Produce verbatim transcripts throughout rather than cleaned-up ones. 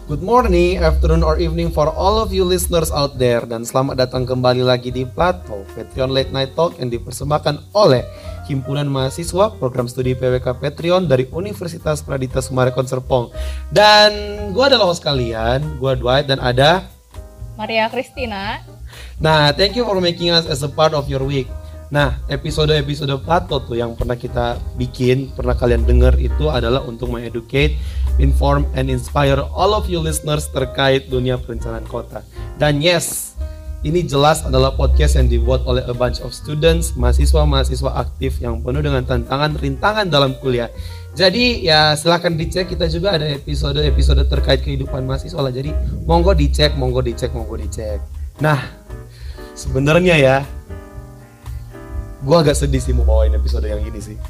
Good morning, afternoon, or evening for all of you listeners out there. Dan selamat datang kembali lagi di Plato, Patreon Late Night Talk yang dipersembahkan oleh Himpunan Mahasiswa Program Studi P W K Patreon dari Universitas Pradita Sumarekon Serpong. Dan gue adalah host kalian, gue Dwight dan ada Maria Christina. Nah, thank you for making us as a part of your week. Nah, episode-episode Plato tuh yang pernah kita bikin, pernah kalian dengar itu adalah untuk mengeducate, inform, and inspire all of you listeners terkait dunia perencanaan kota. Dan yes, ini jelas adalah podcast yang dibuat oleh a bunch of students, mahasiswa-mahasiswa aktif yang penuh dengan tantangan-rintangan dalam kuliah. Jadi ya silahkan dicek, kita juga ada episode-episode terkait kehidupan mahasiswa lah. Jadi monggo dicek, monggo dicek, monggo dicek. Nah, sebenarnya ya, gue agak sedih sih mau bawain episode yang ini sih.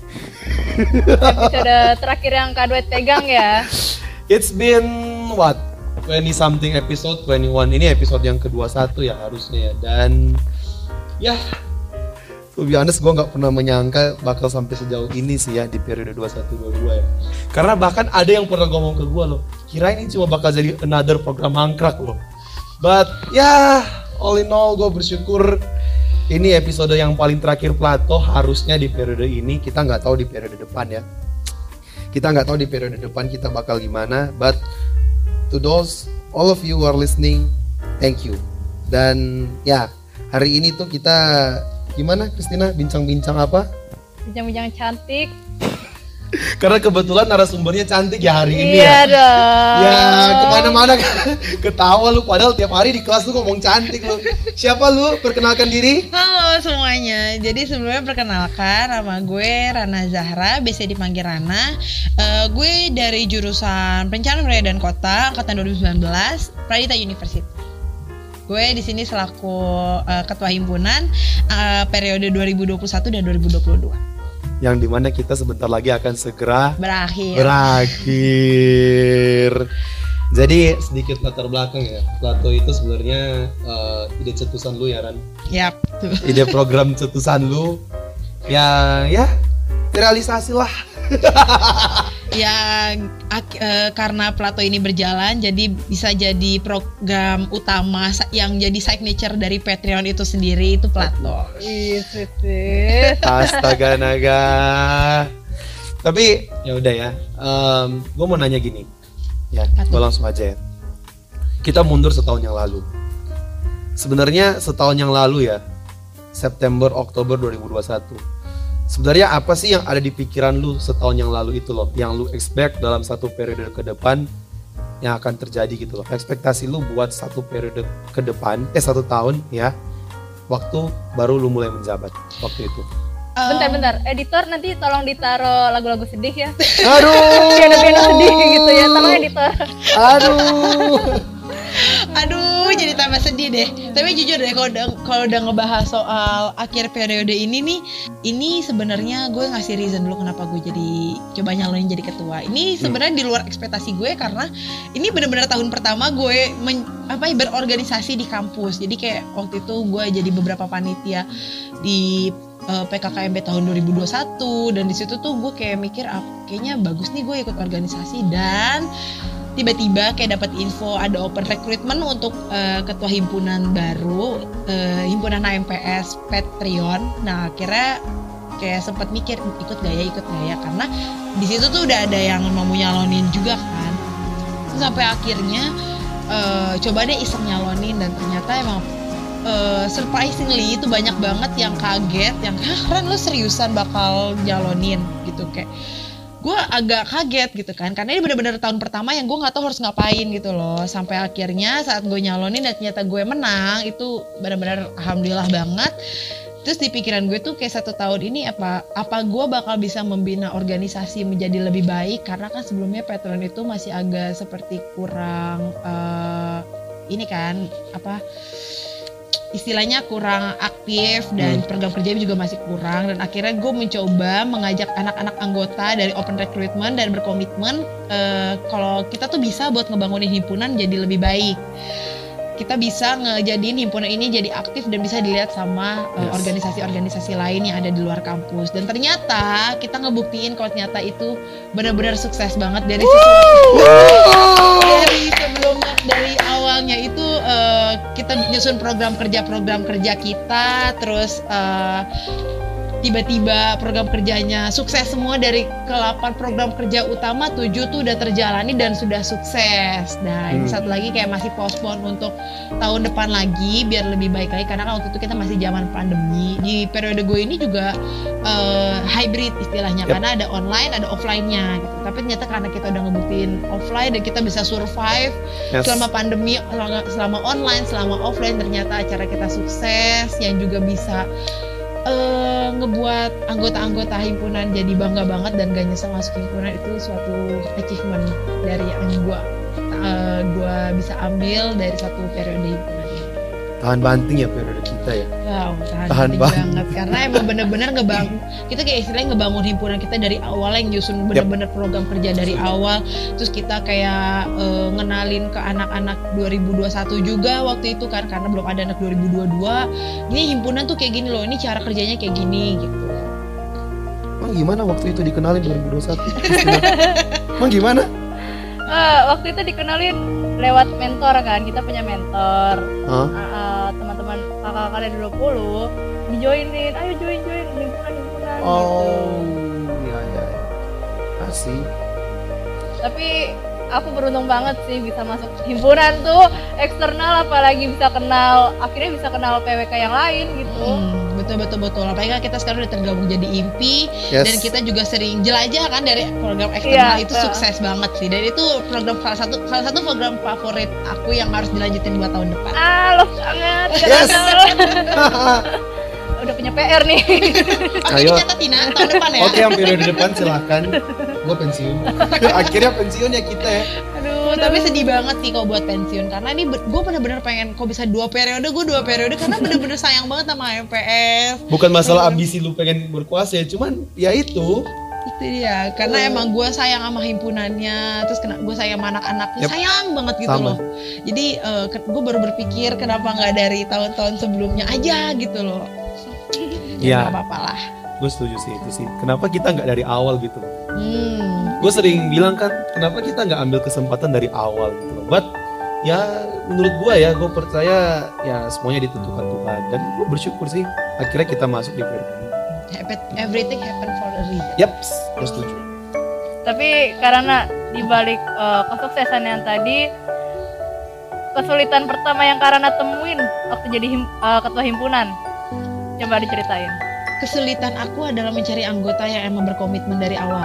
Episode terakhir yang Kak Dwight pegang ya. It's been what? twenty something episode, twenty-one. Ini episode yang kedua satu ya harusnya ya. Dan ya, to be honest gue gak pernah menyangka bakal sampai sejauh ini sih ya di periode dua puluh satu dua puluh dua ya. Karena bahkan ada yang pernah ngomong ke gue loh, kira ini cuma bakal jadi another program mangkrak loh. But ya, all in all gue bersyukur ini episode yang paling terakhir Plato. Harusnya di periode ini, kita nggak tahu di periode depan ya. Kita nggak tahu di periode depan kita bakal gimana. But to those all of you who are listening, thank you. Dan ya hari ini tuh kita gimana, Christina? Bincang-bincang apa? Bincang-bincang cantik. Karena kebetulan narasumbernya cantik ya hari ini iya ya. Dong. Ya kemana-mana ketawa lu, padahal tiap hari di kelas lu ngomong cantik lu. Siapa lu? Perkenalkan diri. Halo semuanya. Jadi sebelumnya perkenalkan, nama gue Rana Zahra, biasa dipanggil Rana. uh, Gue dari jurusan Perencanaan Wilayah dan Kota angkatan dua ribu sembilan belas, Pradita University. Gue di sini selaku uh, ketua himpunan uh, periode dua ribu dua puluh satu dan dua ribu dua puluh dua. Yang dimana kita sebentar lagi akan segera berakhir. Berakhir. Jadi sedikit latar belakang ya. Plato itu sebenarnya uh, ide cetusan lu ya Ran. Yap. Ide program cetusan lu. Ya, ya realisasi lah. Ya ak- e, karena Plato ini berjalan, jadi bisa jadi program utama yang jadi signature dari Patreon itu sendiri itu Plato. Ih, Astaga naga. Tapi ya udah ya. Um, gue mau nanya gini. Ya, gue langsung aja ya. Kita mundur setahun yang lalu. Sebenarnya setahun yang lalu ya, September Oktober dua ribu dua puluh satu. Sebenarnya apa sih yang ada di pikiran lu setahun yang lalu itu loh, yang lu expect dalam satu periode ke depan yang akan terjadi gitu loh. Ekspektasi lu buat satu periode ke depan, eh satu tahun ya, waktu baru lu mulai menjabat waktu itu. Bentar-bentar, editor nanti tolong ditaruh lagu-lagu sedih ya. Aduh. Piano-piano sedih gitu ya, tolong editor. Aduh. Aduh, jadi tambah sedih deh. Tapi jujur deh, kalau udah kalau udah ngebahas soal akhir periode ini nih, ini sebenarnya gue ngasih reason dulu kenapa gue jadi coba nyalonin jadi ketua. Ini sebenarnya hmm. di luar ekspektasi gue karena ini benar-benar tahun pertama gue men, apa berorganisasi di kampus. Jadi kayak waktu itu gue jadi beberapa panitia di uh, P K K M B tahun dua ribu dua puluh satu, dan di situ tuh gue kayak mikir ah, kayaknya bagus nih gue ikut organisasi, dan tiba-tiba kayak dapat info ada open recruitment untuk uh, ketua himpunan baru, uh, himpunan H M P S Patreon. Nah akhirnya kayak sempat mikir ikut gak ya, ikut gak ya, karena di situ tuh udah ada yang mau nyalonin juga kan. Terus sampai akhirnya uh, coba deh iseng nyalonin, dan ternyata emang uh, surprisingly itu banyak banget yang kaget, yang hah Ran lo seriusan bakal nyalonin gitu. Kayak gue agak kaget gitu kan, karena ini benar-benar tahun pertama yang gue nggak tahu harus ngapain gitu loh. Sampai akhirnya saat gue nyalonin dan ternyata gue menang, itu benar-benar alhamdulillah banget. Terus di pikiran gue tuh kayak satu tahun ini apa apa gue bakal bisa membina organisasi menjadi lebih baik, karena kan sebelumnya Patreon itu masih agak seperti kurang uh, ini kan apa istilahnya kurang aktif, dan hmm. program kerjanya juga masih kurang. Dan akhirnya gue mencoba mengajak anak-anak anggota dari open recruitment dan berkomitmen uh, kalau kita tuh bisa buat ngebangunin himpunan jadi lebih baik. kita bisa ngejadiin himpunan ini jadi aktif dan bisa dilihat sama uh, Yes. organisasi-organisasi lain yang ada di luar kampus. Dan ternyata kita ngebuktiin kalau ternyata itu benar-benar sukses banget dari sesuatu dari sebelumnya, dari awalnya itu uh, kita nyusun program kerja program kerja kita, terus uh, tiba-tiba program kerjanya sukses semua. Dari ke delapan program kerja utama, tujuh tuh udah terjalani dan sudah sukses. Nah ini Hmm. satu lagi kayak masih postpone untuk tahun depan lagi biar lebih baik lagi, karena kan waktu itu kita masih zaman pandemi. Di periode gue ini juga uh, hybrid istilahnya, Yep. karena ada online ada offline-nya gitu. Tapi ternyata karena kita udah ngebuktiin offline dan kita bisa survive Yes. selama pandemi, selama, selama online, selama offline, ternyata acara kita sukses yang juga bisa uh, ngebuat anggota-anggota himpunan jadi bangga banget dan gak nyesel masuk himpunan. Itu suatu achievement dari yang gua uh, gua bisa ambil dari satu periode himpunan ini. Tahan banting ya periode kita ya. Wow, tahan, Tahan banting banget. banget karena emang bener-bener ngebangun, kita kayak istilahnya ngebangun himpunan kita dari awal, yang nyusun bener-bener program kerja dari awal. Terus kita kayak eh, ngenalin ke anak-anak dua ribu dua puluh satu juga waktu itu kan, karena belum ada anak dua ribu dua puluh dua. Ini himpunan tuh kayak gini loh, ini cara kerjanya kayak gini gitu. Emang gimana waktu itu dikenalin dua ribu dua puluh satu? Emang gimana? Eh, waktu itu dikenalin lewat mentor kan, kita punya mentor. Hah? Uh, uh, teman-teman kakak-kakak dari dua puluh dijoinin, ayo join join himpunan himpunan Oh, gitu. iya iya. Asik. Tapi aku beruntung banget sih bisa masuk himpunan tuh eksternal, apalagi bisa kenal, akhirnya bisa kenal P W K yang lain gitu. Hmm, betul betul betul. Apalagi kan kita sekarang udah tergabung jadi I M P I, Yes. dan kita juga sering jelajah kan dari program eksternal. Iya, Itu betul. sukses banget sih. Dan itu program salah satu salah satu program favorit aku yang harus dilanjutin dua tahun depan. Ah, love banget. Yes. Udah punya P R nih. Oke, Ayo. dicatat Tina tahun depan ya. Oke, yang periode depan silahkan. Gue pensiun. Akhirnya pensiun ya kita ya. Aduh, tapi sedih banget sih kalau buat pensiun, karena ini gue bener-bener pengen kok bisa dua periode, gue dua periode karena bener-bener sayang banget sama M P S. Bukan masalah ambisi lu pengen berkuasa ya, cuman ya itu. Itu dia, karena emang gue sayang sama himpunannya, terus kena gue sayang sama anak-anaknya, Yep. sayang banget gitu Sama. loh. Jadi gue baru berpikir kenapa nggak dari tahun-tahun sebelumnya aja gitu loh. Iya. Gak apa-apa lah. Gue setuju sih itu sih. Kenapa kita nggak dari awal gitu? Hmm. Gue sering bilang kan, kenapa kita nggak ambil kesempatan dari awal gitu loh. But ya menurut gue ya, gue percaya ya semuanya ditentukan Tuhan, dan gue bersyukur sih akhirnya kita masuk di periode ini. Happen- Everything happen for a reason. Yap, gue setuju. Tapi karena dibalik uh, kesuksesan yang tadi, kesulitan pertama yang Karana temuin waktu jadi him, uh, ketua himpunan, coba diceritain. Kesulitan aku adalah mencari anggota yang emang berkomitmen dari awal.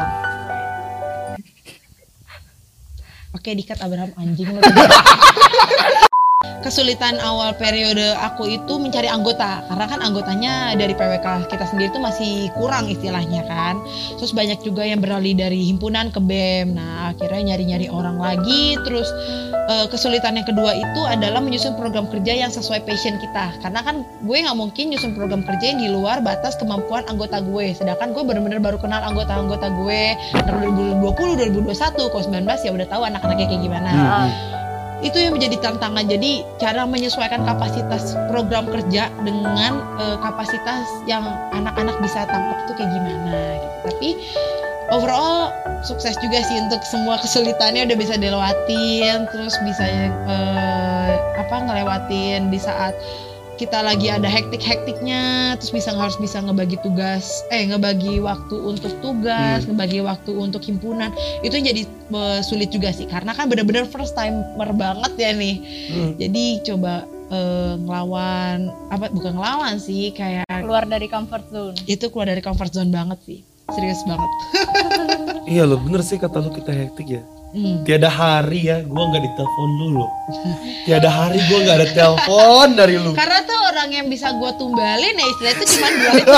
Oke, dikat Abraham anjing lu. Kesulitan awal periode aku itu mencari anggota, karena kan anggotanya dari P W K kita sendiri tuh masih kurang istilahnya kan. Terus banyak juga yang beralih dari himpunan ke B E M. Nah akhirnya nyari-nyari orang lagi. Terus eh, kesulitan yang kedua itu adalah menyusun program kerja yang sesuai passion kita, karena kan gue nggak mungkin nyusun program kerja yang di luar batas kemampuan anggota gue. Sedangkan gue bener-bener baru kenal anggota-anggota gue dua ribu dua puluh, dua ribu dua puluh satu, kalau sembilan belas ya udah tahu anak-anaknya kayak gimana. Hmm. Itu yang menjadi tantangan. Jadi cara menyesuaikan kapasitas program kerja dengan eh, kapasitas yang anak-anak bisa tangkap itu kayak gimana gitu. Tapi overall sukses juga sih untuk semua kesulitannya udah bisa dilewatin, terus bisa eh, apa ngelewatin di saat kita lagi ada hektik-hektiknya, terus bisa harus bisa ngebagi tugas, eh ngebagi waktu untuk tugas, Hmm. ngebagi waktu untuk himpunan. Itu yang jadi eh, sulit juga sih, karena kan bener-bener first timer banget ya nih. Hmm. Jadi coba eh, ngelawan, apa bukan ngelawan sih, kayak Keluar dari comfort zone. itu keluar dari comfort zone banget sih, serius banget. Iya lo bener sih kata lu, kita hektik ya. Hmm. Tiada hari ya gue nggak ditelepon lu loh. Tiada hari gue nggak ada telepon dari lu. Karena tuh orang yang bisa gue tumbalin ya istilahnya itu cuma dua itu.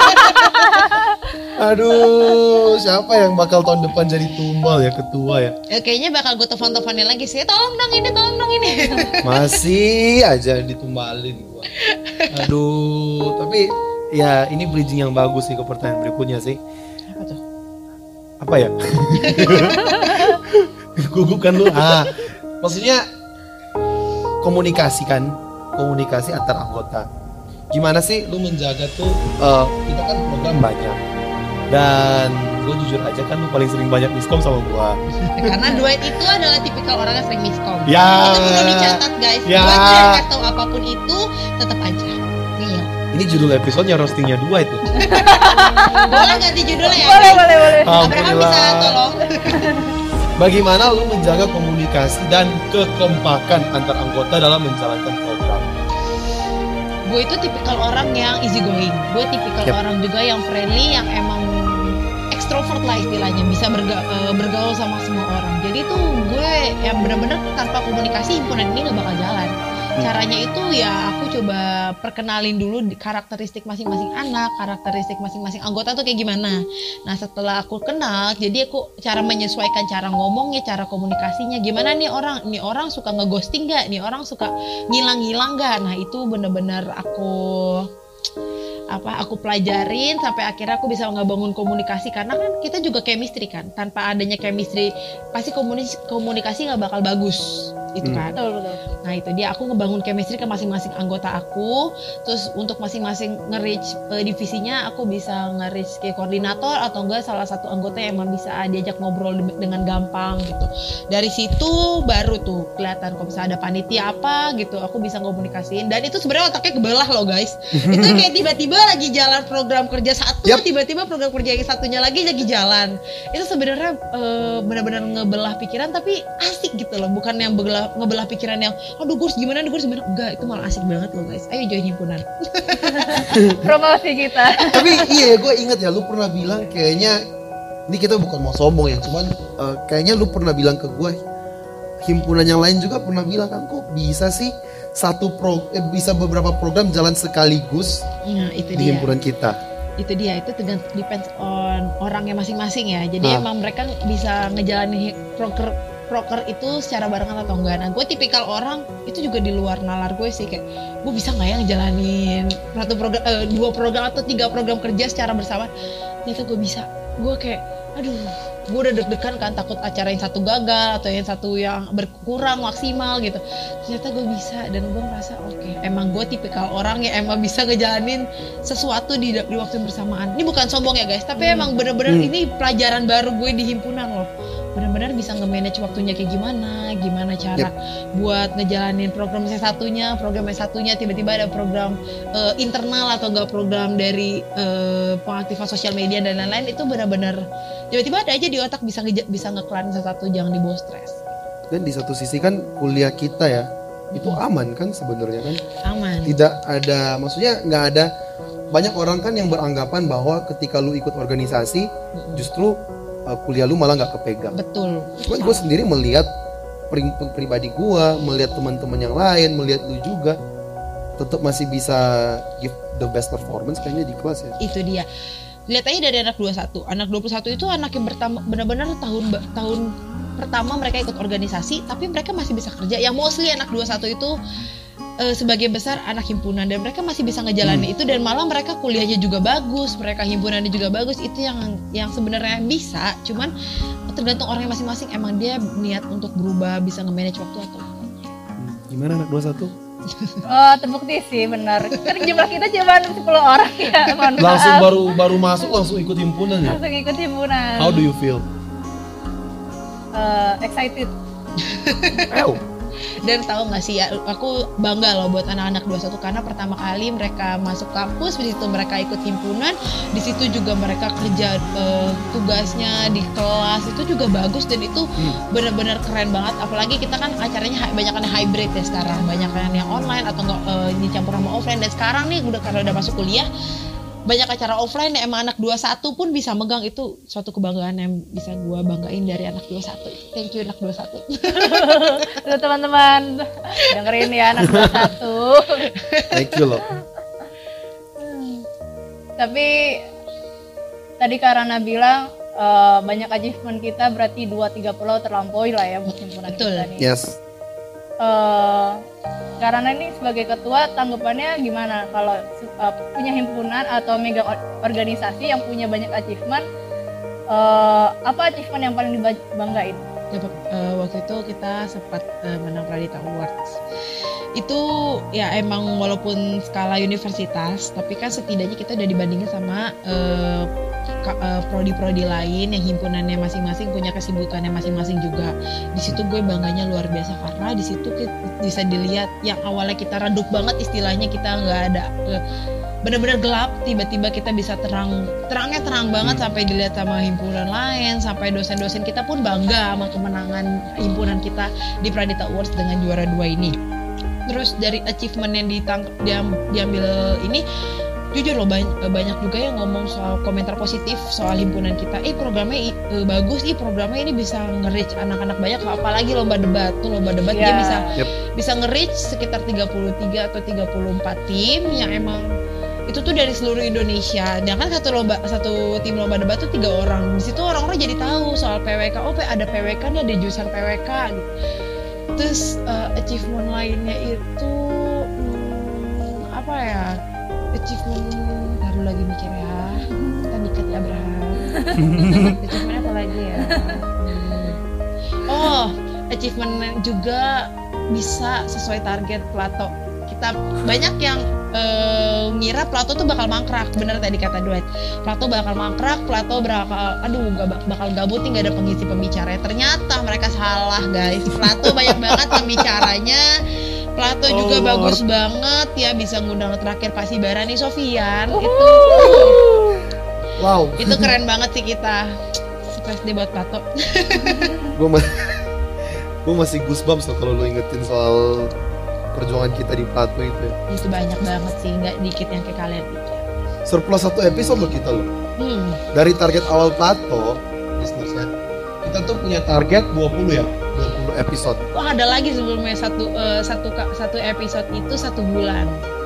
Aduh, siapa yang bakal tahun depan jadi tumbal ya, ketua ya? Ya, kayaknya bakal gue telepon-teleponin lagi sih, tolong dong ini, tolong dong ini. Masih aja ditumbalin gua. Aduh, tapi ya ini bridging yang bagus sih ke pertanyaan berikutnya sih. Apa tuh? Apa ya? Gugup kan lu? Ah, maksudnya komunikasi kan, komunikasi antar anggota. Gimana sih lu menjaga tuh, uh, kita kan program banyak, dan gue jujur aja kan lu paling sering banyak miskom sama gua. Karena Dwight itu adalah tipikal orang yang sering miskom. Ya. Itu perlu dicatat guys. Ya. Dwight tidak kasih tahu apapun itu, tetap aja ngeyel. Ini judul episodenya roastingnya dua itu. Boleh ganti judulnya ya? Boleh, boleh, boleh. Abraham bisa tolong. Bagaimana lu menjaga komunikasi dan kekompakan antar anggota dalam menjalankan program? Gue itu tipikal orang yang easy going. Gue tipikal Yep. orang juga yang friendly, yang emang extrovert lah istilahnya, bisa berga- eh, bergaul sama semua orang. Jadi tuh gue yang bener-bener tanpa komunikasi himpunan ini gak bakal jalan. Caranya itu ya aku coba perkenalin dulu di karakteristik masing-masing anak, karakteristik masing-masing anggota tuh kayak gimana. Nah setelah aku kenal, jadi aku cara menyesuaikan cara ngomongnya, cara komunikasinya. Gimana nih orang, nih orang suka ngeghosting gak? Nih orang suka ngilang-ngilang gak? Nah itu bener-bener aku apa aku pelajarin sampai akhirnya aku bisa ngebangun komunikasi, karena kan kita juga chemistry kan, tanpa adanya chemistry pasti komunikasi komunikasi nggak bakal bagus itu Hmm. kan. Betul, betul. Nah itu dia, aku ngebangun chemistry ke masing-masing anggota aku, terus untuk masing-masing nge-reach eh, divisinya aku bisa nge-reach ke koordinator atau enggak salah satu anggota yang emang bisa diajak ngobrol de- dengan gampang gitu. Dari situ baru tuh kelihatan kalau misalnya ada panitia apa gitu, aku bisa komunikasiin. Dan itu sebenarnya otaknya kebelah loh guys. Itu kayak tiba-tiba lagi jalan program kerja satu, Yap. tiba-tiba program kerja yang satunya lagi lagi jalan. Itu sebenarnya eh, benar-benar ngebelah pikiran, tapi asik gitu loh, bukan yang belah, ngebelah pikiran yang aduh gue harus gimana, gue harus gimana. Enggak, itu malah asik banget loh guys. Ayo join himpunan. Promosi kita. Tapi iya, gue inget ya, lu pernah bilang kayaknya, ini kita bukan mau sombong ya, cuman uh, kayaknya lu pernah bilang ke gue, himpunan yang lain juga pernah bilang kan, kok bisa sih satu pro, eh, bisa beberapa program jalan sekaligus Nah itu di dia. himpunan kita. Itu dia, itu tergantung, depends on orangnya masing-masing ya. Jadi Nah. emang mereka bisa ngejalanin hi- proker proker itu secara barengan atau enggak. Nah gue tipikal orang itu juga di luar nalar gue sih, kayak gue bisa nggak ya ngejalanin satu program, eh, dua program atau tiga program kerja secara bersama. Ternyata gue bisa. Gue kayak aduh, gue udah deg-degan kan, takut acara yang satu gagal atau yang satu yang berkurang maksimal gitu. Ternyata gue bisa, dan gue merasa oke, emang gue tipikal orang yang emang bisa ngejalanin sesuatu di, di waktu yang bersamaan. Ini bukan sombong ya guys, tapi emang bener-bener Hmm. ini pelajaran baru gue di himpunan loh. Bener-bener bisa nge-manage waktunya kayak gimana, gimana cara buat ngejalanin program yang satunya, program yang satunya tiba-tiba ada program eh, internal atau enggak program dari eh, pengaktifan sosial media dan lain-lain. Itu benar-benar tiba-tiba ada aja di otak, bisa ngeja- bisa ngekelarin satu-satu, jangan dibawa stres. Dan di satu sisi kan kuliah kita ya, itu aman kan sebenarnya kan. Aman. Tidak ada, maksudnya nggak ada, banyak orang kan yang beranggapan bahwa ketika lu ikut organisasi justru uh, kuliah lu malah nggak kepegang. Betul. Cuman gue sendiri melihat pri- pribadi gue, melihat teman-teman yang lain, melihat lu juga tetap masih bisa give the best performance kayaknya di kelas ya. Itu dia. Lihat aja dari anak dua puluh satu. Anak dua puluh satu itu anak yang pertama, benar-benar tahun tahun pertama mereka ikut organisasi, tapi mereka masih bisa kerja. Yang mostly anak dua puluh satu itu eh, sebagian besar anak himpunan, dan mereka masih bisa ngejalanin itu, dan malah mereka kuliahnya juga bagus, mereka himpunannya juga bagus. Itu yang yang sebenarnya bisa, cuman tergantung orangnya masing-masing, emang dia niat untuk berubah, bisa nge-manage waktu atau enggak. Hmm, Gimana anak dua puluh satu? Oh, terbukti sih benar. Kan jumlah kita cuma sepuluh orang ya. Mohon Langsung maaf. baru baru masuk langsung ikut himpunan ya? Langsung ikut himpunan. How do you feel? Eh, excited. Ew. Dan tahu nggak sih ya, aku bangga loh buat anak-anak dua puluh satu, karena pertama kali mereka masuk kampus, di situ mereka ikut himpunan, di situ juga mereka kerja eh, tugasnya di kelas itu juga bagus, dan itu Hmm. benar-benar keren banget. Apalagi kita kan acaranya hi- banyak yang hybrid ya sekarang, banyak yang online atau nggak eh, dicampur sama offline. Dan sekarang nih udah karena udah masuk kuliah, banyak acara offline yang emang anak dua puluh satu pun bisa megang. Itu suatu kebanggaan yang bisa gue banggain dari anak dua puluh satu. Thank you anak dua puluh satu. Tuh teman-teman, dengerin ya anak dua puluh satu. Thank you loh. Tapi tadi Karana bilang eh, banyak achievement kita, berarti dua tiga pulau terlampaui lah ya buat himpunan Betul. kita nih. Yes. Eh, karena ini sebagai ketua, tanggapannya gimana kalau uh, punya himpunan atau mega or- organisasi yang punya banyak achievement, uh, apa achievement yang paling dibanggain? Ya, Pak. Eh, waktu itu kita sempat eh, menang Pradita Awards. itu ya emang walaupun skala universitas, tapi kan setidaknya kita udah dibandingin sama uh, ka- uh, prodi-prodi lain yang himpunannya masing-masing punya kesibukannya masing-masing juga. Di situ gue bangganya luar biasa karena di situ ki- bisa dilihat yang awalnya kita redup banget istilahnya, kita nggak ada uh, benar-benar gelap, tiba-tiba kita bisa terang, terangnya terang banget hmm. sampai dilihat sama himpunan lain, sampai dosen-dosen kita pun bangga sama kemenangan himpunan kita di Pradita Awards dengan juara dua ini. Terus dari achievement yang ditang- diam- diambil ini, jujur loh banyak, banyak juga yang ngomong soal komentar positif soal himpunan kita. Eh programnya i- eh, bagus, ih programnya ini bisa nge-reach anak-anak banyak, apalagi lomba debat tuh lomba debat Yeah. dia bisa Yep. bisa nge-reach sekitar tiga puluh tiga atau tiga puluh empat tim yang emang itu tuh dari seluruh Indonesia. Dan kan satu lomba satu tim lomba debat tuh tiga orang. Di situ orang-orang jadi tahu soal P W K. Oh, ada P W K nih, ada jurusan P W K gitu. Terus uh, achievement lainnya itu hmm, apa ya? Achievement baru lagi mikir ya. Kita dikit ya, Abraham. Achievement apa lagi ya? Hmm. Oh, achievement juga bisa sesuai target Plato. Kita banyak yang Uh, ngira Plato tuh bakal mangkrak, bener tadi kata Dwight. Plato bakal mangkrak, Plato bakal, aduh gak bakal gabut nih, gak ada pengisi pembicaranya. Ternyata mereka salah guys. Plato banyak banget pembicaranya. Plato Oh, juga Lord. bagus banget ya, bisa ngundang terakhir Pak Sibarani Sofian. Itu Wow. itu keren banget sih kita. Sukses deh buat Plato. Gue ma- gue masih goosebumps loh kalau lu ingetin soal perjuangan kita di Plato itu ya. Itu banyak banget sih, nggak dikit yang kayak kalian pikir. Surplus satu episode loh kita loh. Hmm. Dari target awal Plato, listeners ya, kita tuh punya target dua puluh ya, dua puluh episode. Wah, ada lagi sebelumnya satu eh, satu ka- satu episode itu satu bulan.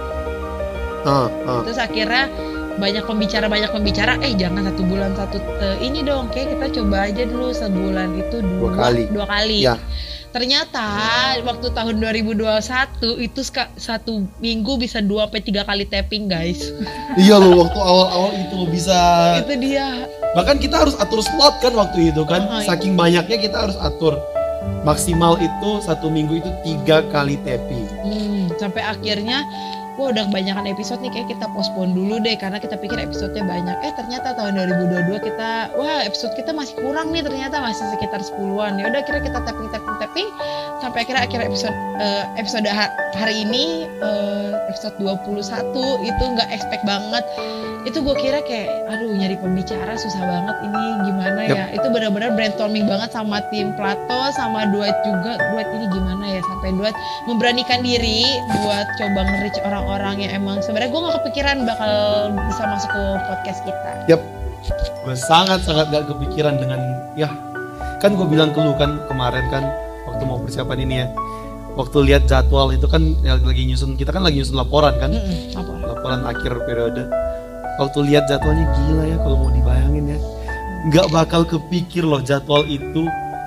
Ah, ah. Terus akhirnya banyak pembicara banyak pembicara eh jangan satu bulan satu eh, ini dong, kayak kita coba aja dulu sebulan itu dua, Dua kali. dua kali. Ya. Ternyata waktu tahun dua ribu dua puluh satu itu ska- satu minggu bisa dua sampai tiga kali tapping guys. Iya loh, waktu awal-awal itu bisa. Itu dia. Bahkan kita harus atur slot kan waktu itu kan. Oh, iya. Saking banyaknya kita harus atur. Maksimal itu satu minggu itu tiga kali tapping. Hmm, sampai akhirnya wah udah kebanyakan episode nih, kayak kita postpone dulu deh karena kita pikir episodenya banyak. Eh ternyata tahun dua ribu dua puluh dua kita, wah episode kita masih kurang nih, ternyata masih sekitar sepuluhan. Ya udah akhirnya kita tapping tapping tapping sampai akhirnya akhir episode uh, episode ha- hari ini uh, episode dua puluh satu itu nggak expect banget. Itu gue kira kayak aduh nyari pembicara susah banget ini gimana ya. Yep. Itu benar-benar brainstorming banget sama tim Plato sama Dwight juga. Dwight ini gimana ya, sampai Dwight memberanikan diri buat coba nge-reach orang-orang yang emang sebenarnya gue nggak kepikiran bakal bisa masuk ke podcast kita. Yap. Gue sangat-sangat gak kepikiran dengan, ya kan gue bilang ke lu kan kemarin kan waktu mau persiapan ini ya, waktu lihat jadwal itu kan ya, lagi nyusun, kita kan lagi nyusun laporan kan. Mm-mm, apa? Laporan akhir periode. Waktu lihat jadwalnya gila ya kalau mau dibayangin ya, nggak bakal kepikir loh jadwal itu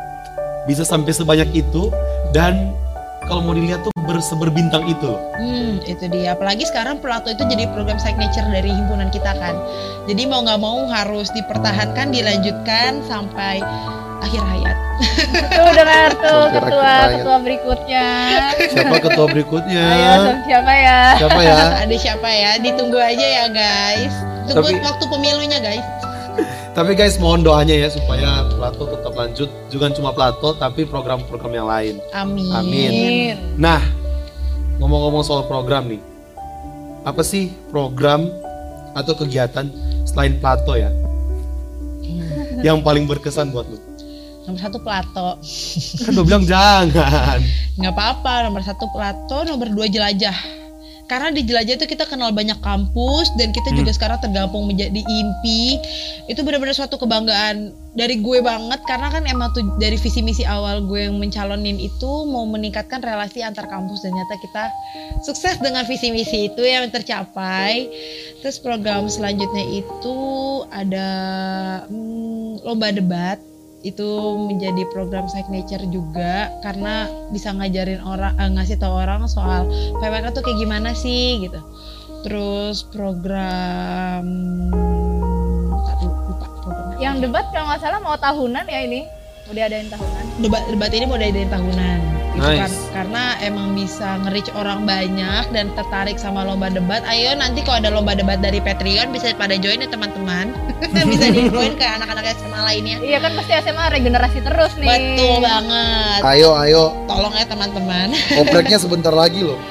bisa sampai sebanyak itu, dan kalau mau dilihat tuh berseberbintang itu loh. Hmm, itu dia. Apalagi sekarang Plato itu jadi program signature dari himpunan kita kan. Jadi mau nggak mau harus dipertahankan, dilanjutkan sampai akhir hayat. Tuh dengar tuh Sampai ketua rakyat. ketua berikutnya. Siapa ketua berikutnya? Ayo sama siapa ya? Siapa ya? Ada siapa ya? Ditunggu aja ya guys. Tunggu Tapi- waktu pemilunya guys. Tapi guys, mohon doanya ya supaya Plato tetap lanjut, juga cuma Plato tapi program-program yang lain. Amin. Amin. Nah, ngomong-ngomong soal program nih, apa sih program atau kegiatan selain Plato ya yang paling berkesan buat lu? Nomor satu Plato. Kan gue bilang jangan. Nggak apa-apa. Nomor satu Plato. Nomor dua Jelajah. Karena di Jelajah itu kita kenal banyak kampus dan kita Hmm. juga sekarang tergabung menjadi I M P I. Itu benar-benar suatu kebanggaan dari gue banget, karena kan emang tuh dari visi misi awal gue yang mencalonin itu mau meningkatkan relasi antar kampus, dan ternyata kita sukses dengan visi misi itu yang tercapai. Terus program selanjutnya itu ada hmm, lomba debat. Itu menjadi program signature juga karena bisa ngajarin orang, eh, ngasih tahu orang soal P W K tuh kayak gimana sih gitu. Terus program, tadi lupa programnya. Yang debat kalau nggak salah mau tahunan ya ini. Mau diadain tahunan. Debat debat ini mau diadain tahunan. Gitu Nice. kan. Karena emang bisa nge-reach orang banyak dan tertarik sama lomba debat. Ayo nanti kalau ada lomba debat dari Patreon bisa pada join ya teman-teman. Bisa di-join ke anak-anak S M A lainnya. Iya kan pasti S M A regenerasi terus nih. Betul banget. Ayo, ayo. Tolong ya teman-teman. Opreknya sebentar lagi loh.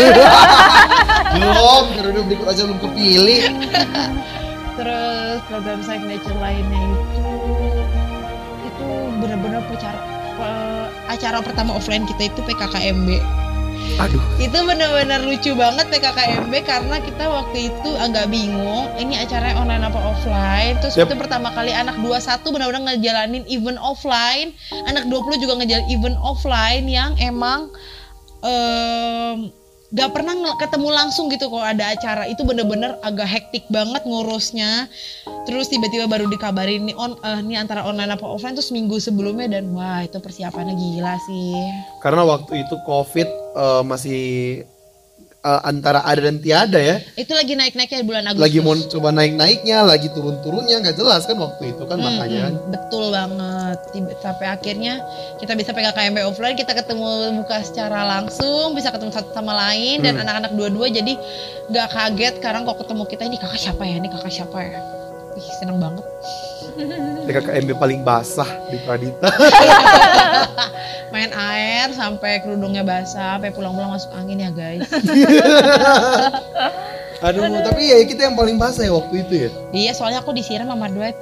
Belum, karena udah berikut aja belum kepilih. Terus program signature lainnya itu itu benar-benar acara acara pertama offline kita itu P K K M B. Aduh. Itu benar-benar lucu banget P K K M B karena kita waktu itu agak bingung ini acaranya online apa offline. Terus Yep. itu pertama kali anak dua puluh satu benar-benar ngejalanin event offline, anak dua puluh juga ngejalanin event offline yang emang em, gak pernah nge- ketemu langsung gitu kalau ada acara. Itu bener-bener agak hektik banget ngurusnya. Terus tiba-tiba baru dikabarin nih on eh, nih antara online apa offline tuh seminggu sebelumnya dan wah itu persiapannya gila sih. Karena waktu itu COVID eh, masih eh, antara ada dan tiada ya. Itu lagi naik-naiknya bulan Agustus. Lagi mau coba naik-naiknya, lagi turun-turunnya, nggak jelas kan waktu itu kan Hmm, makanya kan. hmm, betul banget. Tiba- Sampai akhirnya kita bisa P K K M B offline, kita ketemu muka secara langsung, bisa ketemu satu sama lain dan Hmm. anak-anak dua-dua jadi nggak kaget sekarang kalau ketemu kita ini kakak siapa ya, ini kakak siapa ya. Ih, seneng banget. P K K M B paling basah di Pradita. Main air sampai kerudungnya basah, sampai pulang-pulang masuk angin ya guys. Aduh, tapi ya kita yang paling basah ya waktu itu ya. Iya, soalnya aku disiram sama duet.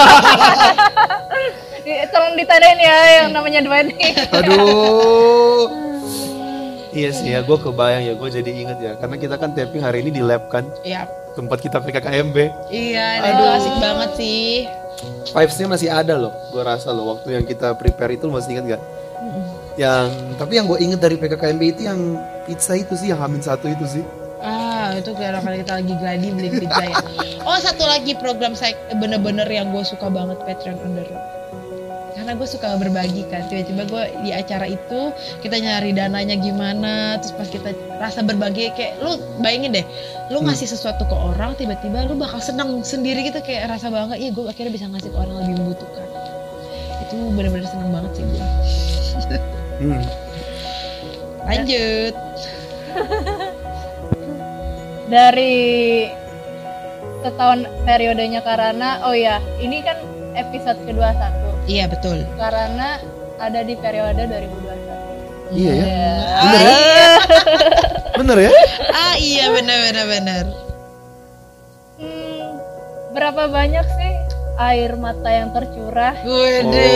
Di- Tolong ditandain ya yang namanya Dwight nih. Aduh. Iya sih ya, gue kebayang ya, gue jadi inget ya. Karena kita kan tapping hari ini di lab kan, Iya, tempat kita P K K M B. iya, dan itu Aduh. asik banget sih. Vibes-nya masih ada loh, gue rasa loh. Waktu yang kita prepare itu masih inget gak? Yang, tapi yang gue inget dari P K K M B itu yang pizza itu sih, yang Hamin satu itu sih. Ah, itu kayak kali kita lagi gladi beli pizza ya. Oh, satu lagi program saya bener-bener yang gue suka banget, Patreon on the road. Karena gue suka berbagi kan, tiba-tiba gue di acara itu kita nyari dananya gimana, terus pas kita rasa berbagi kayak lu bayangin deh, lu ngasih sesuatu ke orang, tiba-tiba lu bakal seneng sendiri gitu, kayak rasa bangga, iya gue akhirnya bisa ngasih ke orang yang lebih membutuhkan. Itu bener-bener seneng banget sih gue. Hmm. Lanjut. Dari setahun periodenya Karana, oh ya ini kan episode kedua satu. Iya betul. Karena ada di periode dua ribu dua puluh satu. Iya ya, Ah, bener ya? iya. Bener ya? Ah iya benar-benar benar. Hmm, berapa banyak sih air mata yang tercurah? Wede.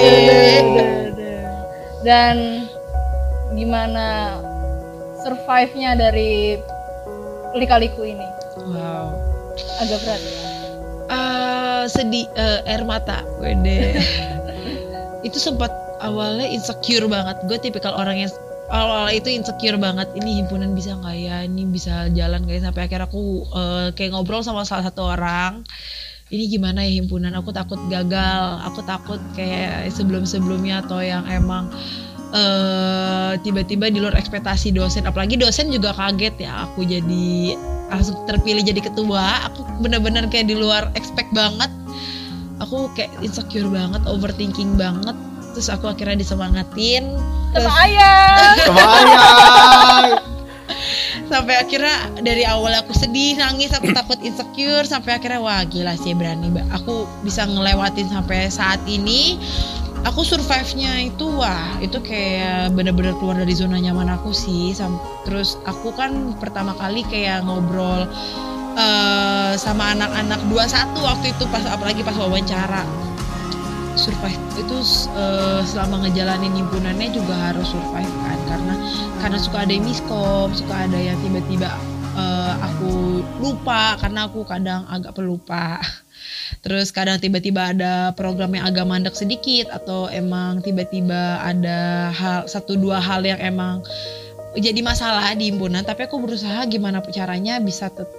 Dan gimana survive-nya dari lika-liku ini? Wow. Agak berat ya? Eh, sedih eh, air mata. Wede. Itu sempat awalnya insecure banget. Gue tipikal orang yang awal itu insecure banget. Ini himpunan bisa nggak ya? Ini bisa jalan nggak ya? Sampai akhirnya aku eh, kayak ngobrol sama salah satu orang. Ini gimana ya himpunan? Aku takut gagal. Aku takut kayak sebelum-sebelumnya atau yang emang eh, tiba-tiba di luar ekspektasi dosen. Apalagi dosen juga kaget ya. Aku jadi langsung terpilih jadi ketua. Aku bener-bener kayak di luar expect banget. Aku kayak insecure banget, overthinking banget. Terus aku akhirnya disemangatin. Sama ayah. Sama ayah. Sampai akhirnya dari awal aku sedih, nangis, aku takut insecure. Sampai akhirnya wah gila sih berani. Aku bisa ngelewatin sampai saat ini. Aku survive-nya itu wah itu kayak bener-bener keluar dari zona nyaman aku sih. Sam- Terus aku kan pertama kali kayak ngobrol uh, sama anak-anak dua puluh satu waktu itu pas apalagi pas wawancara. Survive itu uh, selama ngejalanin himpunannya juga harus survive kan karena karena suka ada yang miskom, suka ada yang tiba-tiba uh, aku lupa karena aku kadang agak pelupa. Terus kadang tiba-tiba ada program yang agak mandek sedikit atau emang tiba-tiba ada hal satu dua hal yang emang jadi masalah di himpunan, tapi aku berusaha gimana caranya bisa tetap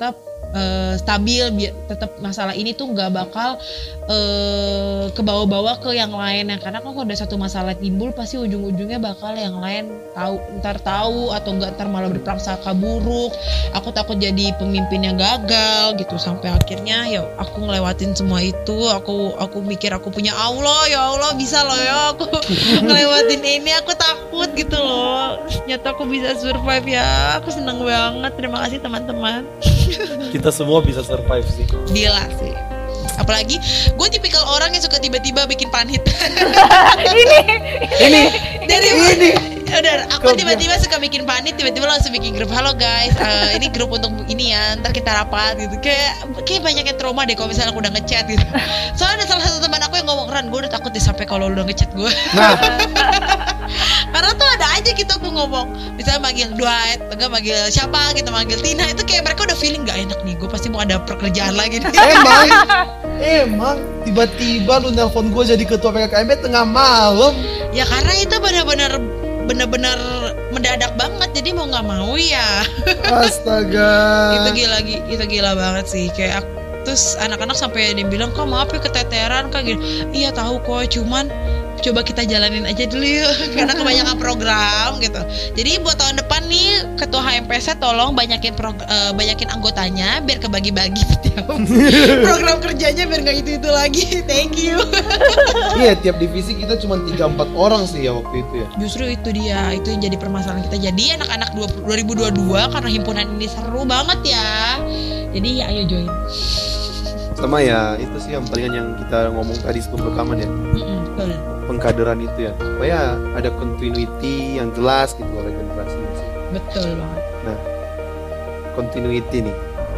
uh, stabil, biar tetap masalah ini tuh nggak bakal uh, kebawa-bawa ke yang lain ya. Karena kalau ada satu masalah timbul pasti ujung-ujungnya bakal yang lain tahu, ntar tahu atau enggak ntar malah berprasangka buruk. Aku takut jadi pemimpin yang gagal gitu, sampai akhirnya ya aku ngelewatin semua itu. Aku aku mikir aku punya Allah, ya Allah bisa loh ya aku ngelewatin ini. Aku takut gitu loh, ternyata aku bisa survive ya. Aku seneng banget, terima kasih teman-teman. Kita semua bisa survive sih. Gila sih. Apalagi gue tipikal orang yang suka tiba-tiba bikin panit. ini Ini Dari ini udah aku tiba-tiba suka bikin panit, tiba-tiba langsung bikin grup. Halo guys, uh, ini grup untuk ini ya, ntar kita rapat gitu. Kayak kayak banyak yang trauma deh kalau misalnya aku udah ngechat gitu. Soalnya ada salah satu teman aku yang ngomong, Ran, gue udah takut deh sampai kalau udah ngechat gue. Nah, Karena tuh ada aja gitu aku ngomong, misalnya manggil Dwight, enggak manggil siapa gitu, manggil Tina, itu kayak mereka udah feeling gak enak nih, gue pasti mau ada pekerjaan lagi nih. emang emang tiba-tiba lu nelpon gue jadi ketua P K K M B tengah malam. Ya karena itu benar-benar benar-benar mendadak banget, jadi mau nggak mau ya. Astaga. Itu gila, itu gila banget sih. Kayak aku, terus anak-anak sampai dia bilang, kok maaf ya keteteran kak gitu. Iya tahu kok, cuman coba kita jalanin aja dulu yuk, karena kebanyakan program gitu. Jadi buat tahun depan nih ketua H M P S tolong banyakin prog- uh, banyakin anggotanya biar kebagi-bagi setiap program kerjanya, biar nggak itu-itu lagi. Thank you. Iya, tiap divisi kita cuma tiga empat orang sih ya waktu itu ya. Justru itu dia, itu yang jadi permasalahan kita. Jadi anak-anak dua ribu dua puluh dua karena himpunan ini seru banget ya. Jadi ya ayo join. Sama ya, itu sih yang palingan yang kita ngomong tadi sebelum rekaman ya. Mm-mm, betul. Pengkaderan itu ya, supaya ada continuity yang jelas gitu oleh generasinya sih. Betul banget. Nah, continuity nih,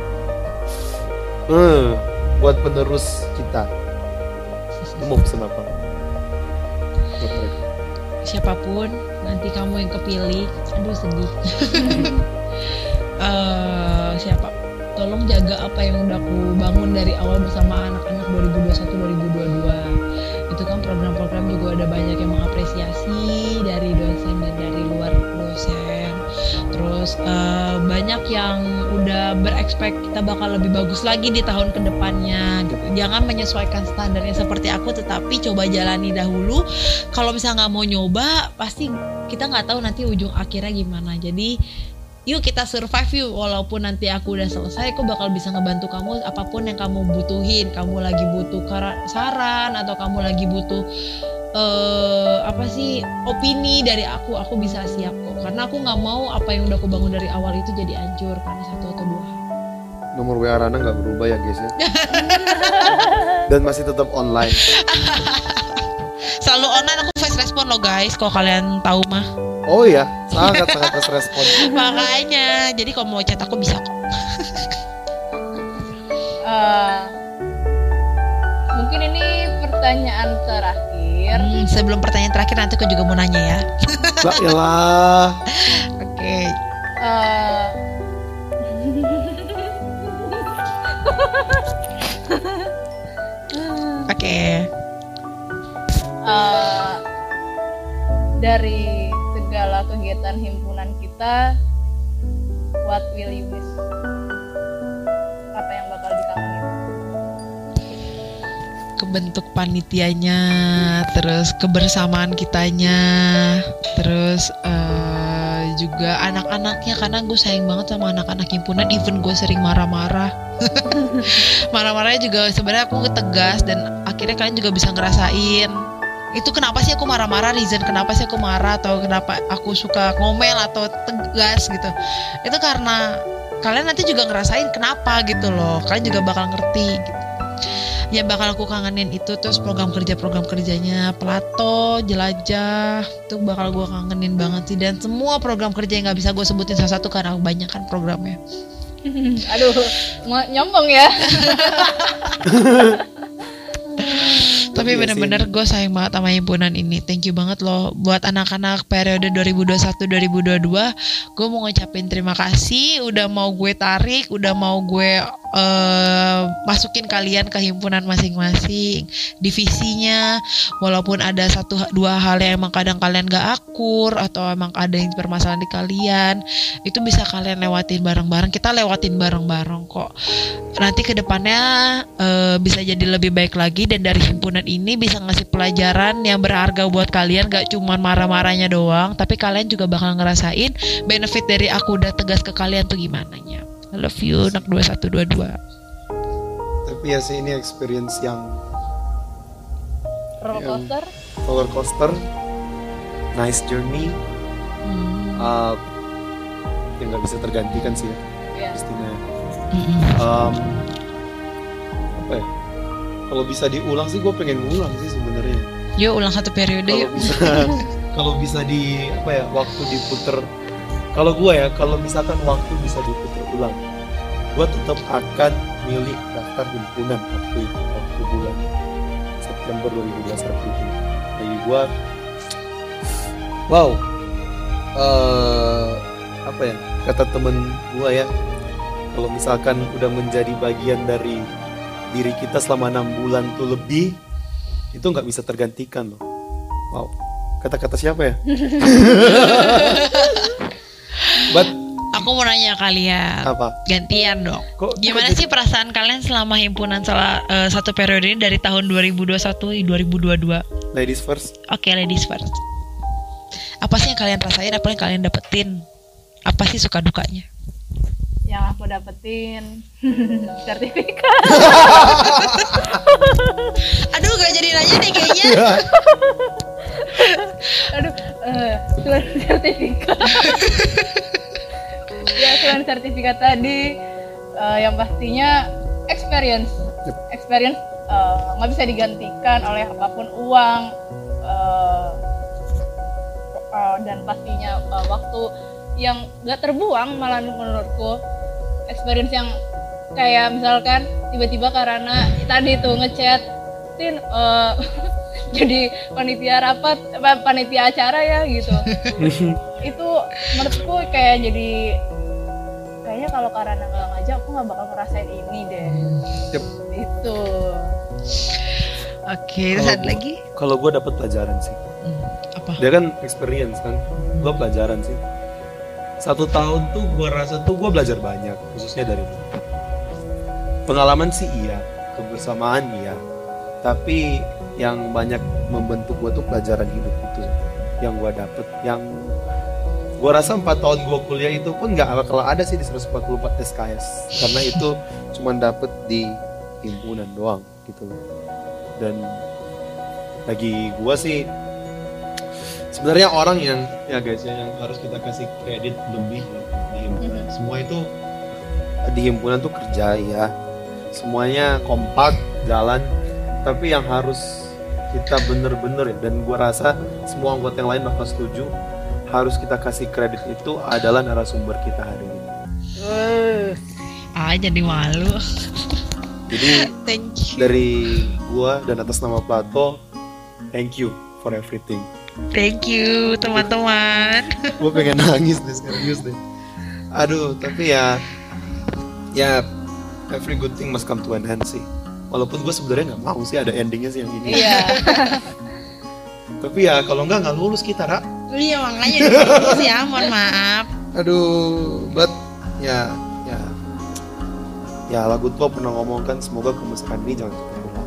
hmm, buat penerus kita, lu mau pesen apa? Buat mereka. Siapapun nanti kamu yang kepilih, aduh sedih. uh, siapa? Tolong jaga apa yang udah aku bangun dari awal bersama anak-anak dua ribu dua puluh satu dua ribu dua puluh dua. Itu kan program-program juga ada banyak yang mengapresiasi dari dosen dan dari luar dosen. Terus uh, banyak yang udah berekspek kita bakal lebih bagus lagi di tahun kedepannya gitu. Jangan menyesuaikan standarnya seperti aku, tetapi coba jalani dahulu. Kalau misalnya nggak mau nyoba, pasti kita nggak tahu nanti ujung akhirnya gimana. Jadi yuk kita survive yuk, walaupun nanti aku udah selesai, aku bakal bisa ngebantu kamu apapun yang kamu butuhin. Kamu lagi butuh saran atau kamu lagi butuh uh, apa sih opini dari aku, aku bisa siap kok. Karena aku nggak mau apa yang udah aku bangun dari awal itu jadi hancur karena satu atau dua hal. Nomor W A Rana nggak berubah ya guys ya. Dan masih tetap online. Selalu online, aku voice respon loh guys, kalau kalian tahu mah. Oh iya, sangat-sangat pas respon. Makanya, jadi kalau mau chat aku bisa kok. uh, mungkin ini pertanyaan terakhir. Hmm, sebelum pertanyaan terakhir nanti aku juga mau nanya ya. Lah iyalah. Oke. Uh, Oke. uh, dari segala kegiatan himpunan kita, what will you miss? Apa yang bakal dikangenin? Kebentuk panitianya, terus kebersamaan kitanya, terus uh, juga anak-anaknya, karena gue sayang banget sama anak-anak himpunan. Even gue sering marah-marah. Marah-marahnya juga sebenarnya aku tegas, dan akhirnya kalian juga bisa ngerasain itu kenapa sih aku marah-marah, reason kenapa sih aku marah atau kenapa aku suka ngomel atau tegas gitu. Itu karena kalian nanti juga ngerasain kenapa gitu loh. Kalian juga bakal ngerti gitu. Ya bakal aku kangenin itu. Terus program kerja-program kerjanya Plato, Jelajah, itu bakal gue kangenin banget sih. Dan semua program kerja yang gak bisa gue sebutin satu-satu karena banyak kan programnya. Aduh, nyombong ya. Tapi bener-bener gue sayang banget sama himpunan ini. Thank you banget loh buat anak-anak periode dua ribu dua puluh satu dua ribu dua puluh dua. Gue mau ngucapin terima kasih udah mau gue tarik, udah mau gue uh, masukin kalian ke himpunan masing-masing, divisinya. Walaupun ada satu dua hal yang emang kadang kalian gak akur atau emang ada yang permasalahan di kalian, itu bisa kalian lewatin bareng-bareng. Kita lewatin bareng-bareng kok. Nanti kedepannya uh, bisa jadi lebih baik lagi, dan dari himpunan ini bisa ngasih pelajaran yang berharga buat kalian. Gak cuma marah-marahnya doang, tapi kalian juga bakal ngerasain benefit dari aku udah tegas ke kalian tuh gimana nya. I love you anak dua satu dua dua. Tapi ya sih ini experience yang Roller coaster. roller coaster, nice journey, Hmm. uh, yang nggak bisa tergantikan sih ya, Iya. pastinya. Mm-mm. Um, apa ya? Kalau bisa diulang sih, gue pengen ngulang sih sebenarnya. Yuk ulang satu periode Kalau yuk. bisa, kalau bisa di apa ya, waktu diputer. Kalau gue ya, kalau misalkan waktu bisa diputer ulang, gue tetap akan milih daftar himpunan waktu itu, waktu bulan September dua ribu dua puluh satu itu. Bagi gue, wow, uh, apa ya, kata temen gue ya, kalau misalkan udah menjadi bagian dari diri kita selama enam bulan tuh lebih, itu nggak bisa tergantikan loh. Wow, kata-kata siapa ya? But Aku mau nanya kalian. apa? Gantian dong. Kok Gimana kok sih perasaan kalian selama himpunan salah eh, satu periode ini dari tahun dua ribu dua puluh satu ke dua ribu dua puluh dua? jadi ladies first? Oke, ladies first. Apa sih yang kalian rasain? Apa yang kalian dapetin? Apa sih suka dukanya? Yang aku dapetin sertifikat. Aduh, gak jadi nanya deh kayaknya. Aduh, eh, selain sertifikat. Ya, selain sertifikat tadi, eh, yang pastinya experience. Yep. Experience eh, nggak bisa digantikan oleh apapun uang. eh, eh, dan pastinya eh, waktu yang nggak terbuang malah menurutku. Experience yang kayak misalkan tiba-tiba karena tadi tuh ngechat Tin eh, jadi panitia rapat apa, panitia acara ya gitu. Itu menurutku kayak jadi kayaknya kalau karena nggak ngajak aku nggak bakal ngerasain ini deh. Yep. Itu Oke, Kalau satu gua- lagi. Kalau gue dapet pelajaran sih. Hmm, apa? Dia kan experience kan, gue pelajaran sih. Satu tahun tuh gue rasa tuh gue belajar banyak, khususnya dari itu. Pengalaman sih iya, kebersamaan iya, tapi yang banyak membentuk gue tuh pelajaran hidup itu yang gue dapet. Yang gue rasa empat tahun gue kuliah itu pun nggak bakal ada sih di seratus empat puluh empat S K S, karena itu cuma dapet di himpunan doang gitu loh. Dan bagi gue sih sebenarnya orang yang ya guys ya, yang harus kita kasih kredit lebih ya, di himpunan. Semua itu di himpunan tuh kerja ya, semuanya kompak jalan, tapi yang harus kita bener-bener ya, dan gua rasa semua anggota yang lain bakal setuju, harus kita kasih kredit itu adalah narasumber kita hari ini. Ah, jadi malu. Jadi Thank you. dari gua dan atas nama Plato, thank you for everything. Thank you teman-teman. Gue pengen nangis deh, serius deh. Aduh, tapi ya ya every good thing must come to an end sih. Walaupun gue sebenarnya nggak mau sih ada endingnya sih yang ini. iya. Tapi ya kalau nggak nggak lulus kita, Ra. Iya, makanya ditulis ya, mohon maaf. Aduh, but ya ya ya lagu tua pernah ngomong kan, semoga kemesraan ini jangan cepat pulang.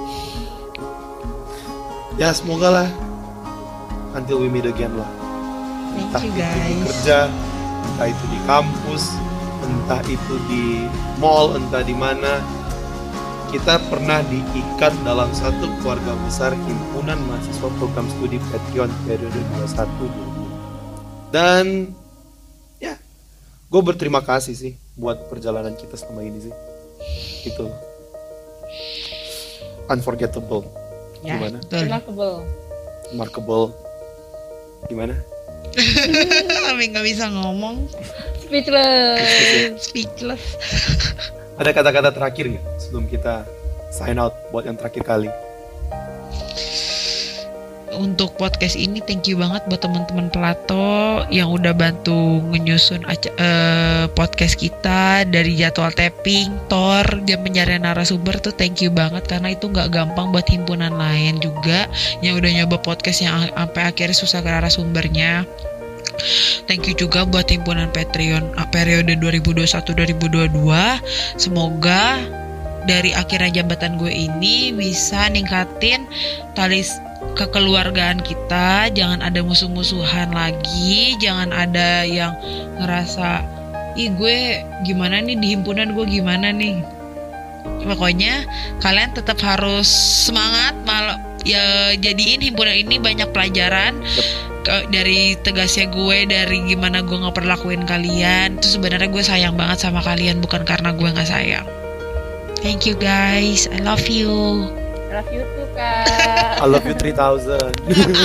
Ya semoga lah, until we meet again lah. Entah Thank you itu di guys. kerja, entah itu di kampus, entah itu di mall, entah di mana, kita pernah diikat dalam satu keluarga besar himpunan mahasiswa program studi Petion periode dua puluh satu dua puluh dua. Dan ya, gue berterima kasih sih buat perjalanan kita selama ini sih. Gitu. Unforgettable. Ya, Gimana? betul. Remarkable. Remarkable. Gimana? Tapi nggak bisa ngomong. Speechless. Speechless. Ada kata-kata terakhir nggak sebelum kita sign out buat yang terakhir kali? untuk podcast ini thank you banget buat teman-teman Plato yang udah bantu menyusun aca- eh, podcast kita dari jadwal tapping, tor, dan pencarian narasumber tuh thank you banget karena itu nggak gampang buat himpunan lain juga yang udah nyoba podcast yang a- sampai akhirnya susah ke narasumbernya. Thank you juga buat himpunan Patreon uh, periode dua ribu dua puluh satu dua ribu dua puluh dua. Semoga dari akhirnya jabatan gue ini bisa ningkatin tali kekeluargaan kita. Jangan ada musuh-musuhan lagi, jangan ada yang ngerasa ih gue gimana nih di himpunan, gue gimana nih. Pokoknya kalian tetap harus semangat, malah ya jadiin himpunan ini banyak pelajaran. Ke- dari tegasnya gue, dari gimana gue ngeperlakuin kalian, itu sebenarnya gue sayang banget sama kalian, bukan karena gue nggak sayang. Thank you guys, I love you. I love you too, Kak. I love you three thousand.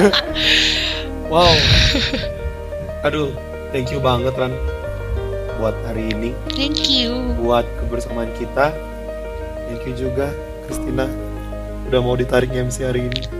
Wow. Aduh, thank you banget Ran buat hari ini, Thank you. buat kebersamaan kita. Thank you juga Christina udah mau ditarik M C hari ini.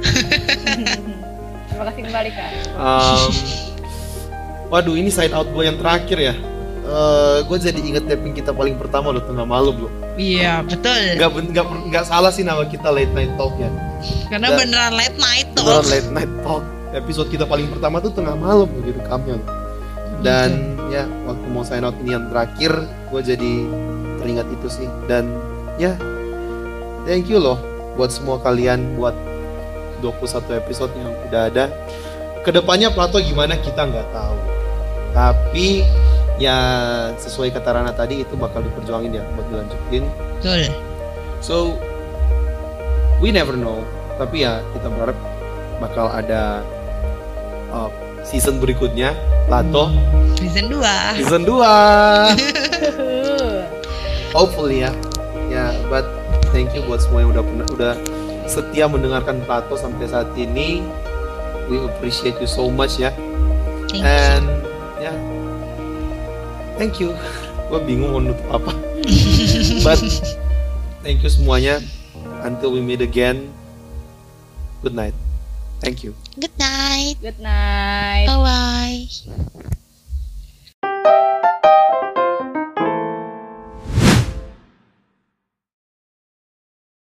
Terima kasih kembali, Kak. Um, waduh, ini side out gue yang terakhir ya. Uh, gue jadi inget tapping kita paling pertama loh, tengah malam loh. Iya betul. Nggak, nggak, nggak salah sih nama kita late night talk ya. Karena Dan- beneran late night Beneran talk. late night talk. Episode kita paling pertama tuh tengah malam loh direkamnya loh. Dan ya waktu mau sign out ini yang terakhir, gue jadi teringat itu sih. Dan ya thank you loh buat semua kalian, buat dua puluh satu episode yang udah ada. Kedepannya Plato gimana kita nggak tahu, tapi ya sesuai kata Rana tadi itu bakal diperjuangin ya buat dilanjutin. Betul. So we never know, tapi ya kita berharap bakal ada uh, season berikutnya Plato Season dua. season dua. Hopefully ya. Ya, but thank you buat semua yang udah pernah udah setia mendengarkan Plato sampai saat ini. We appreciate you so much ya. Thank you. And ya, thank you. Gue bingung mau nutup apa. But thank you semuanya. Until we meet again. Good night. Thank you. Good night. Good night. Bye bye.